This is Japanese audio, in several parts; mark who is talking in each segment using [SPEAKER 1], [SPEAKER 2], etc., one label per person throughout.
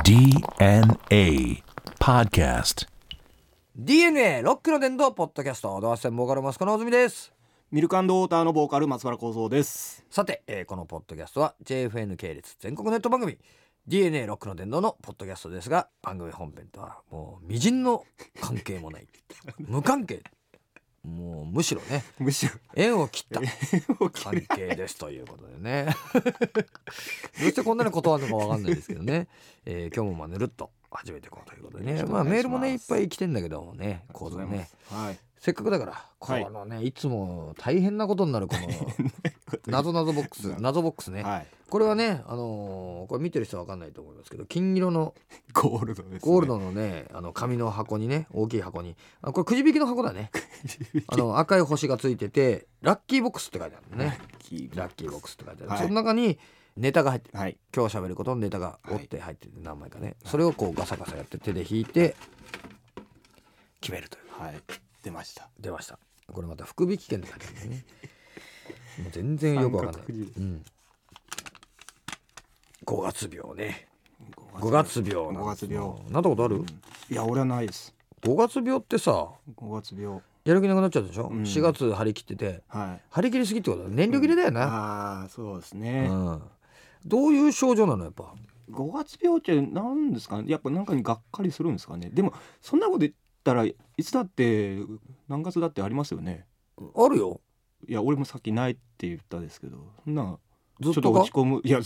[SPEAKER 1] DNA Podcast.
[SPEAKER 2] DNA ロックの伝道ポッドキャスト、ドアステンボーカルマスコのおずみです。
[SPEAKER 3] ミルク&ウォーターのボーカル松原幸三です。
[SPEAKER 2] さて、このポッドキャストは JFN 系列全国ネット番組 DNA ロックの伝道のポッドキャストですが、番組本編とはもう微塵の関係もない無関係、もうむしろね、
[SPEAKER 3] むしろ
[SPEAKER 2] 縁を切った関係ですということでねどうしてこんなに断るのか分かんないですけどね、今日もぬるっと始めていこうということでね、まあメールもねいっぱい来てんだけどもね、コードね、
[SPEAKER 3] はい、
[SPEAKER 2] せっかくだからこのね、いつも大変なことになるこの謎ボックス謎ボックスね、はい、これはね、これ見てる人は分かんないと思いますけど、金色の
[SPEAKER 3] ゴールドですね、
[SPEAKER 2] ゴールドのね、紙の箱にね、大きい箱に、これくじ引きの箱だね赤い星がついててラッキーボックスって書いてあるね、ラッキーボックスって書いてある、はい、その中にネタが入ってる、はい、今日喋ることのネタが折って入ってる、何枚かね、それをこうガサガサやって手で引いて決めるという、
[SPEAKER 3] はい、出ました。
[SPEAKER 2] これまた福引券って書いてあるねもう全然よくわかんない、5月病ね、5月病なったことある？
[SPEAKER 3] いや俺はないです。
[SPEAKER 2] 5月病ってさ、
[SPEAKER 3] 5月病
[SPEAKER 2] やる気なくなっちゃうでしょ、4月張り切ってて、はい、張り切りすぎってことは燃料切れだよな、
[SPEAKER 3] あそうですね、
[SPEAKER 2] どういう症状なのやっぱ
[SPEAKER 3] 5月病って何ですかね、やっぱなんかにがっかりするんですかね。でもそんなこと言ったらいつだって何月だってありますよね。
[SPEAKER 2] あるよ。
[SPEAKER 3] いや俺もさっきないって言ったですけど、そんな
[SPEAKER 2] ずっと
[SPEAKER 3] ちょっと落ち込む、いや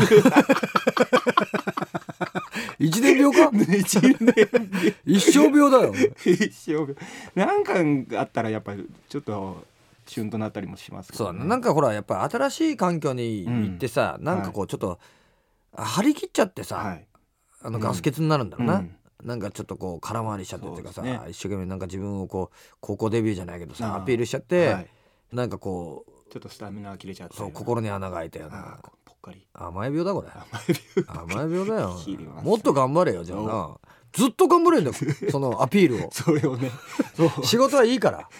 [SPEAKER 2] 1年病か一生病だよ
[SPEAKER 3] 一生病なんかあったらやっぱりちょっとシュンとなったりもしますけど、ね、
[SPEAKER 2] そうなんかほらやっぱり新しい環境に行ってさ、なんかこうちょっと張り切っちゃってさ、はい、ガス欠になるんだろうな、なんかちょっとこう空回りしちゃってっていうかさ、一生懸命なんか自分をこう高校デビューじゃないけどさアピールしちゃって、はい、なんかこう
[SPEAKER 3] ちょっとスタミナが切れちゃって、
[SPEAKER 2] そう心に穴が開いたような
[SPEAKER 3] ぽっかり
[SPEAKER 2] 甘え病だこれ甘え病だよもっと頑張れよじゃあな、ずっと頑張れんだよそのアピールを
[SPEAKER 3] それをね
[SPEAKER 2] 仕事はいいから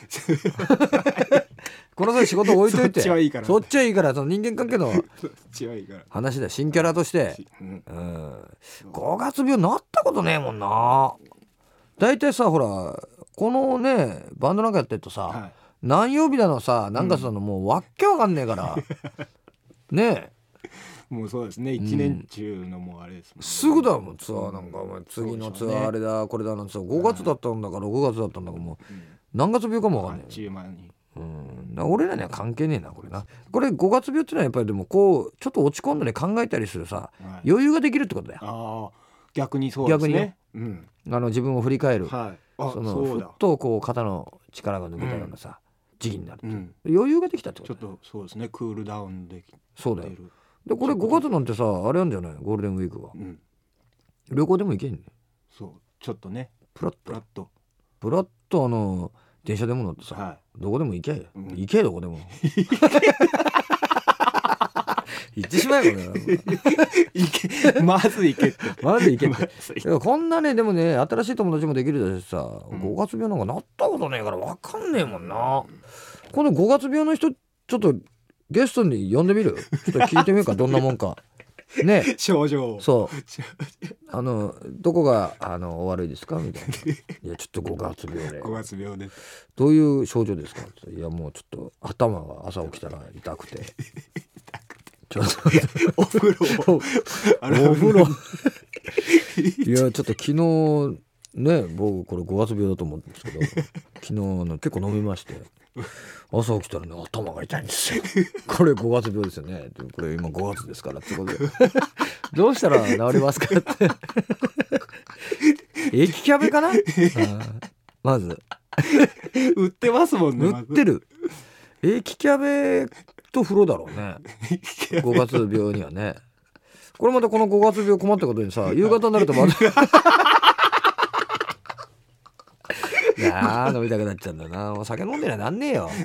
[SPEAKER 2] この際仕事置いといて、そっちはいいから、そっちはいいから、その人間関係の話だ、新キャラとして、5月病なったことねえもんな。だいたいさほらこのねバンドなんかやってるとさ、はい、何曜日だのさ何月だの、もうわっけわかんねえからねえ
[SPEAKER 3] もうそうですね、一年中のもうあれですもんね、
[SPEAKER 2] すぐだもんツアーなんか、次のツアーあれだこれだなんてさ、5月だったんだか6月だったんだか、もう何月病かもわかんない、俺らには関係ねえなこれな。これ5月病ってのはやっぱりでもこうちょっと落ち込んだり考えたりするさ、余裕ができるってことだよ。
[SPEAKER 3] 逆にそうですね、
[SPEAKER 2] 自分を振り返る、
[SPEAKER 3] はい、
[SPEAKER 2] そのふっとこう肩の力が抜けたようなさ、時期になる、余裕ができたってことだよ。
[SPEAKER 3] ちょっとそうですね、クールダウンできてる。
[SPEAKER 2] そうだよ。でこれ5月なんてさあれなんじゃない、ゴールデンウィークは、旅行でも行けんね。
[SPEAKER 3] そうちょっとね
[SPEAKER 2] プラッと電車でも乗ってさ、どこでも行けよ、行けどこでも行ってしまえこれ
[SPEAKER 3] まず行けって
[SPEAKER 2] こんなね、でもね新しい友達もできるだしさ、5月病なんかなったことねえから分かんねえもんな。この5月病の人ちょっとゲストに呼んでみる？ちょっと聞いてみるかどんなもんかね、
[SPEAKER 3] 症状
[SPEAKER 2] そうどこがお悪いですかみたいな。いやちょっと5月病でどういう症状ですか？いやもうちょっと頭が朝起きたら痛くてちょっと
[SPEAKER 3] お風呂
[SPEAKER 2] いやちょっと昨日ね、僕これ5月病だと思うんですけど昨日結構飲みまして朝起きたらね頭が痛いんですよこれ5月病ですよね、これ今5月ですからってことでどうしたら治りますかって液キャベかなまず
[SPEAKER 3] 売ってますもんね。
[SPEAKER 2] 売ってる液キャベと風呂だろうね5月病にはね。これまたこの5月病困ったことにさ、夕方になるとまたいや飲みたくなっちゃうんだな。お酒飲んでりゃなんねえよ、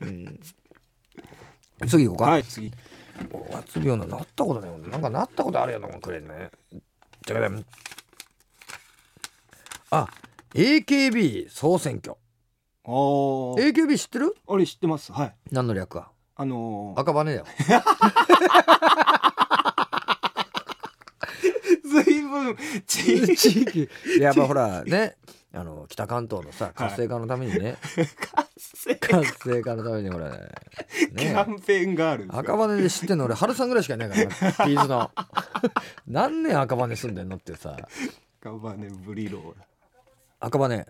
[SPEAKER 2] 次行こうか。
[SPEAKER 3] はい、次
[SPEAKER 2] 5月病なったことないもん。なんかなったことあるよなくれね。AKB 総選挙。AKB 知ってる？
[SPEAKER 3] あれ知ってます。はい。
[SPEAKER 2] 何の略か。赤羽だよ。
[SPEAKER 3] 随分
[SPEAKER 2] 地域やっぱほらね北関東のさ活性化のためにね、活性化のためにほらね
[SPEAKER 3] キャンペーンがあるんですよ。
[SPEAKER 2] 赤羽で知ってんの俺春さんぐらいしかいないからなピーズの何年赤羽住んでんのってさ。
[SPEAKER 3] 赤羽ブリロー
[SPEAKER 2] 赤羽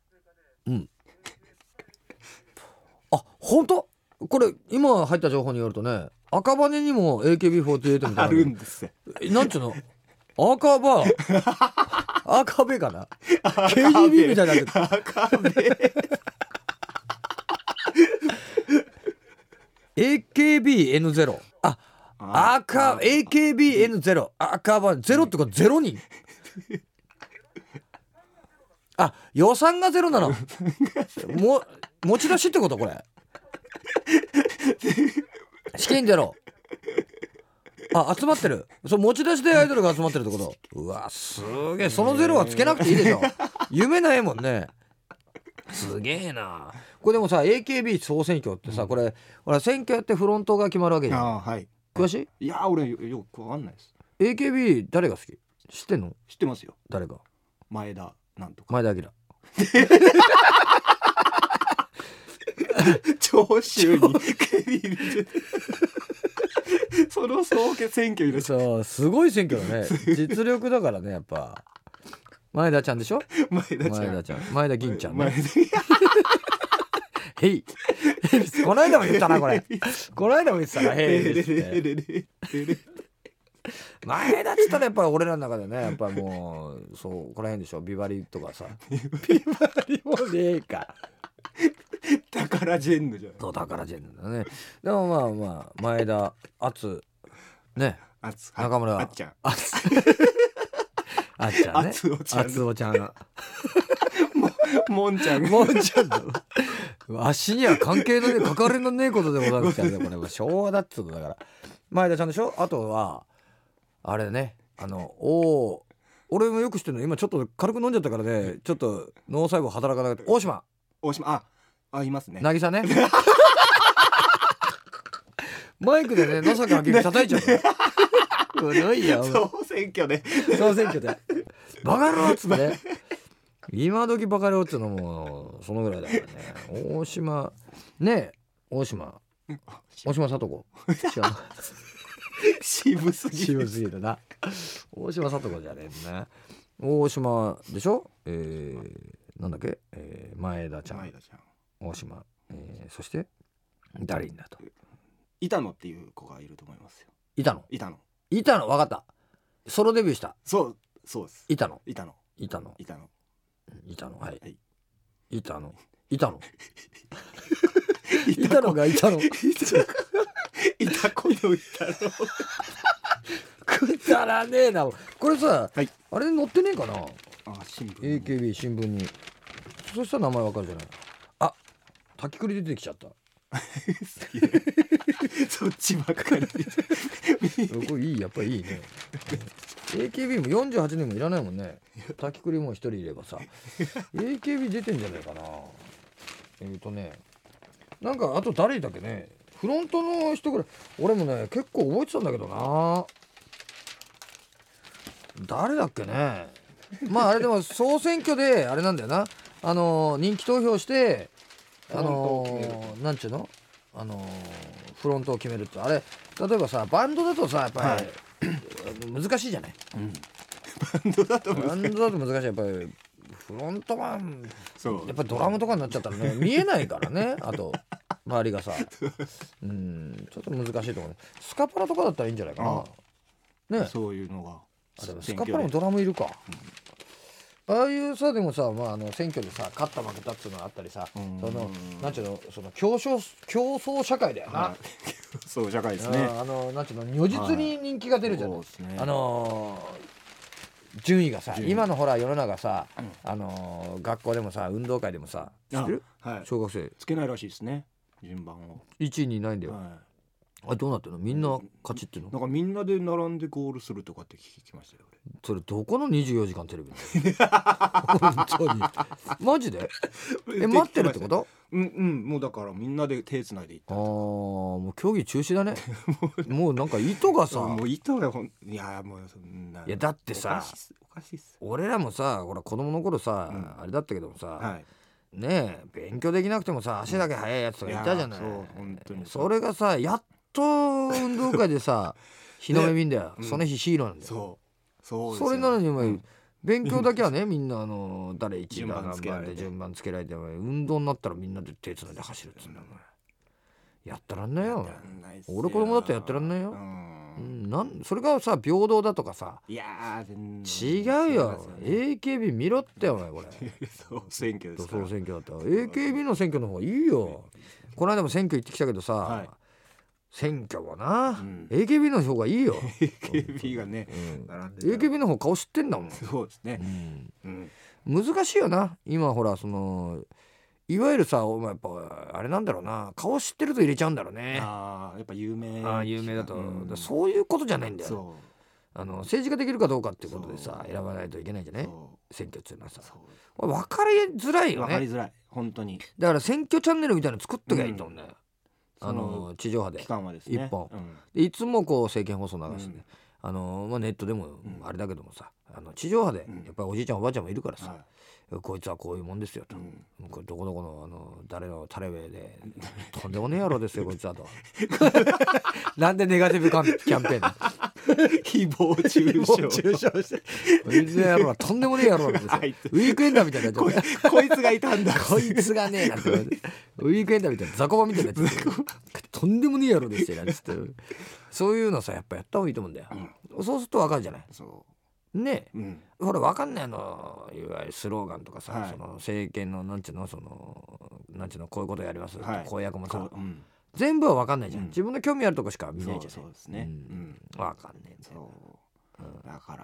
[SPEAKER 2] あ本当これ今入った情報によるとね赤羽にも AKB48 みたいな
[SPEAKER 3] あるんですよ。
[SPEAKER 2] なんちゅうの赤羽かな KGB みたいになってる
[SPEAKER 3] 赤羽
[SPEAKER 2] AKBN0 AKBN0 赤羽ゼロってこと0人予算がゼロなの持ち出しってことこれ資金ゼロ集まってる持ち出しでアイドルが集まってるってこと。うわすげえそのゼロはつけなくていいでしょ夢ないもんね。すげえな。これでもさ AKB 総選挙ってさ、これほら選挙やってフロントが決まるわけじゃん。
[SPEAKER 3] はい、
[SPEAKER 2] 詳し
[SPEAKER 3] い？いや俺よくわかんないです。
[SPEAKER 2] AKB 誰が好き知ってんの？
[SPEAKER 3] 知ってますよ。
[SPEAKER 2] 誰が？
[SPEAKER 3] 前田なんとか
[SPEAKER 2] 前田明
[SPEAKER 3] 長州にその総選挙いらっしゃる。
[SPEAKER 2] そうすごい選挙だね実力だからねやっぱ。前田ちゃんでしょ。前田銀ちゃんね。へいこの間も言ったなこれこの間も言ってたなへいって前田っつったらやっぱり俺らの中でねやっぱもうそうこの辺でしょ。ビバリとかさビバリもねえか
[SPEAKER 3] タカラジェンヌじゃん。
[SPEAKER 2] そうタカラジェンヌだね。でもまあ前田敦ね中村
[SPEAKER 3] あっちゃん
[SPEAKER 2] あっちゃんね敦夫ちゃん
[SPEAKER 3] もんちゃん
[SPEAKER 2] 足には関係のね関わりのねえことでございますからねこれ昭和だっつうのだから前田ちゃんでしょ。あとはあれね俺もよく知ってるの今ちょっと軽く飲んじゃったからねちょっと脳細胞働かなくて大島
[SPEAKER 3] いますね
[SPEAKER 2] 渚ねマイクでね野坂明美叩いちゃうの古いよ
[SPEAKER 3] 総選挙で
[SPEAKER 2] バカ野郎っつってね今時バカ野郎っつうのもそのぐらいだからね。大島聡子
[SPEAKER 3] 渋すぎ
[SPEAKER 2] るな大島聡子じゃねえんな。大島でしょ。なんだっけ、前田ちゃん大島、そして誰にだと
[SPEAKER 3] 板野っていう子がいると思いますよ。
[SPEAKER 2] 板野分かった。ソロデビューした。
[SPEAKER 3] そうです。
[SPEAKER 2] 板野はい
[SPEAKER 3] 板野
[SPEAKER 2] 板野が板野
[SPEAKER 3] 板子の板野
[SPEAKER 2] くだらねえなこれさ、
[SPEAKER 3] はい、
[SPEAKER 2] あれ載ってねえかな。
[SPEAKER 3] 新聞
[SPEAKER 2] AKB 新聞に。そしたら名前わかるじゃない。滝栗出てきちゃった
[SPEAKER 3] そっちばっかり
[SPEAKER 2] これいいやっぱりいいねAKB も48年もいらないもんね。滝栗も一人いればさAKB 出てんじゃないかな。なんかあと誰だっけね。フロントの人ぐらい俺もね結構覚えてたんだけどな。誰だっけね。まああれでも総選挙であれなんだよな。人気投票してなんちゅうのフロントを決めるってあれ例えばさバンドだとさやっぱり、難しいじゃない、バンドだと難しい。やっぱりフロントマンやっぱりドラムとかになっちゃったらね見えないからねあと周りがさちょっと難しいところね。スカパラとかだったらいいんじゃないかなね。
[SPEAKER 3] そういうのが
[SPEAKER 2] でもスカパラもドラムいるか、ああいうさでもさ、選挙でさ勝った負けたっていうのがあったりさ、なんちゅうのその競争社会だよな、
[SPEAKER 3] 競争社会ですね。
[SPEAKER 2] なんちゅうの如実に人気が出るじゃない、順位がさ今のほら世の中さ、学校でもさ運動会でもさ知ってる、小学生
[SPEAKER 3] つけないらしいですね順番を。
[SPEAKER 2] 1位にないんだよ、あれどうなってるの。みんな勝ちっていうの。
[SPEAKER 3] なんかみんなで並んでゴールするとかって聞きましたよ。
[SPEAKER 2] それどこの24時間テレビ本当にマジで待ってるってこと。
[SPEAKER 3] もうだからみんなで手つないでいった。
[SPEAKER 2] もう競技中止だねもうなんか糸がさ
[SPEAKER 3] もう糸がいやもうそんない
[SPEAKER 2] やだってさ
[SPEAKER 3] かしいっす。
[SPEAKER 2] 俺らもさほら子供の頃さ、あれだったけどもさ、
[SPEAKER 3] はい、
[SPEAKER 2] ねえ勉強できなくてもさ足だけ速いやつとかいたじゃない、
[SPEAKER 3] そう本当に
[SPEAKER 2] それがさやっと運動会でさ日の目見んだよ、その日ヒーローなんだよ。
[SPEAKER 3] そう
[SPEAKER 2] それなのにお前、勉強だけはねみんな誰一だ何番で順番つけられて運動になったらみんなで手つないで走るっつうんだよ、やってらんないよ。俺子供だったらやってらんないよ、それがさ平等だとかさ、
[SPEAKER 3] いや全
[SPEAKER 2] 然違うよ。 AKB 見ろってお前これ
[SPEAKER 3] そう選挙ですから。
[SPEAKER 2] そう選挙だったら AKB の選挙の方がいいよ。この間も選挙行ってきたけどさ、選挙はな、AKB の方がいいよ。
[SPEAKER 3] AKB がね、
[SPEAKER 2] AKB の方顔知ってんだもん。
[SPEAKER 3] そうですね、
[SPEAKER 2] 難しいよな今ほらいわゆるさお前やっぱあれなんだろうな、顔知ってると入れちゃうんだろうね。
[SPEAKER 3] やっぱ有名
[SPEAKER 2] だと、そういうことじゃないんだよ。政治ができるかどうかっていうことでさ選ばないといけないじゃない、選挙っていうのはさ。分かりづらいよね。
[SPEAKER 3] 分かりづらい本当に。
[SPEAKER 2] だから選挙チャンネルみたいなの作っときゃいいと思うんだよ、地上波で
[SPEAKER 3] 期間はですね
[SPEAKER 2] 1本、いつもこう政見放送流してね、ネットでもあれだけどもさ、地上波でやっぱりおじいちゃんおばあちゃんもいるからさ、こいつはこういうもんですよと、これどこどこの誰のタレウェイでとんでもねえ野郎ですよこいつはとなんでネガティブキャンペーンだ
[SPEAKER 3] 誹謗中傷して
[SPEAKER 2] こいつ野郎はとんでもねえ野郎なんですよウィークエンダーみたいな
[SPEAKER 3] こいつがいたんだ
[SPEAKER 2] こいつがねえなんてウィークエンダーみたいな雑魚場みたいなやつとんでもねえ野郎ですよなんつってそういうのさやっぱやった方がいいと思うんだよ、そうすると分かるじゃない。ねえ、ほら分かんないいわゆるスローガンとかさ、その政権のなんちゅうのこういうことやります、公約もさ、全部は分かんないじゃん、自分の興味あるとこしか見ないじゃん。
[SPEAKER 3] そうですね、
[SPEAKER 2] 分かんねえんだよ。
[SPEAKER 3] だから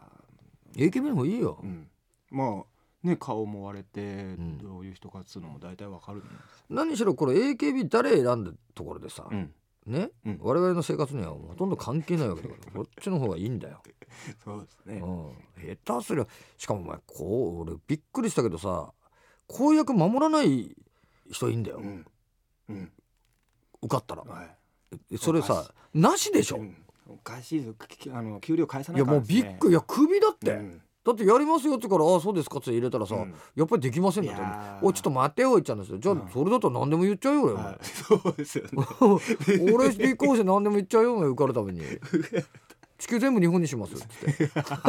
[SPEAKER 2] AKB の方がいいよ、
[SPEAKER 3] まあね顔も割れてどういう人かっつうのも大体分かる、
[SPEAKER 2] 何しろこれ AKB 誰選んだところでさ、ね、我々の生活にはほとんど関係ないわけだからこっちの方がいいんだよ
[SPEAKER 3] そうですね、
[SPEAKER 2] 下手すりゃしかもお前俺びっくりしたけどさ公約守らない人いいんだよ、受かったら、それさなしでしょ、
[SPEAKER 3] おかしいぞ給料返さないからですね。
[SPEAKER 2] いやもうびっくり、いやクビだって、だってやりますよってからああそうですかって入れたらさ、やっぱりできませんだっておいちょっと待ってよ言っちゃうんですよ。じゃあそれだったら何でも言っちゃうよ俺、
[SPEAKER 3] そうですよね
[SPEAKER 2] 俺立候補して何でも言っちゃうよ受かるために地球全部日本にしますっつって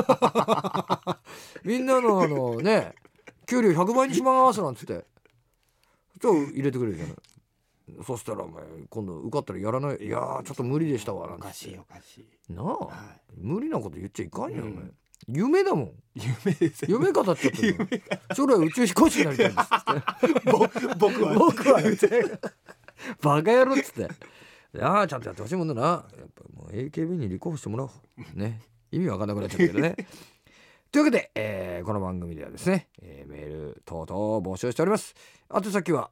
[SPEAKER 2] みんなのね給料100倍にしますなんつってじゃあ入れてくれるじゃない。そしたらお前今度受かったらやらない、いやーちょっと無理でしたわなんて。
[SPEAKER 3] おかしい
[SPEAKER 2] なあ、無理なこと言っちゃいかんよ、お前夢だもん。
[SPEAKER 3] 夢ですよ、
[SPEAKER 2] 夢語っちゃってる将来宇宙飛行士になりたいんですって
[SPEAKER 3] 僕は
[SPEAKER 2] バカ野郎っつって、いやちゃんとやってほしいもんだな。やっぱもう AKB に立候補してもらおうね。意味わかんなくなっちゃったけどねというわけで、この番組ではですね、メール等々を募集しております。宛先は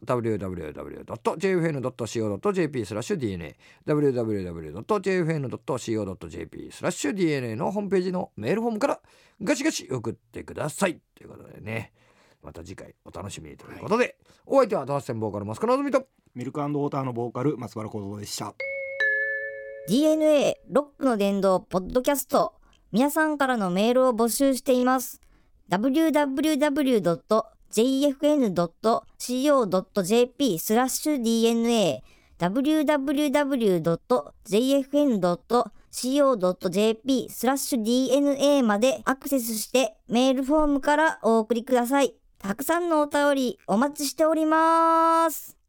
[SPEAKER 2] www.jfn.co.jp/dna www.jfn.co.jp/dna のホームページのメールフォームからガシガシ送ってくださいということでね、また次回お楽しみにということで、お相手はダーステンボーカルマスカのあずみと
[SPEAKER 3] ミルク&ウォーターのボーカル松原幸三でした。
[SPEAKER 4] DNA ロックの殿堂ポッドキャスト、皆さんからのメールを募集しています。 www.jfn.co.jp/dna www.jfn.co.jp/dna までアクセスしてメールフォームからお送りください。たくさんのお便りお待ちしております。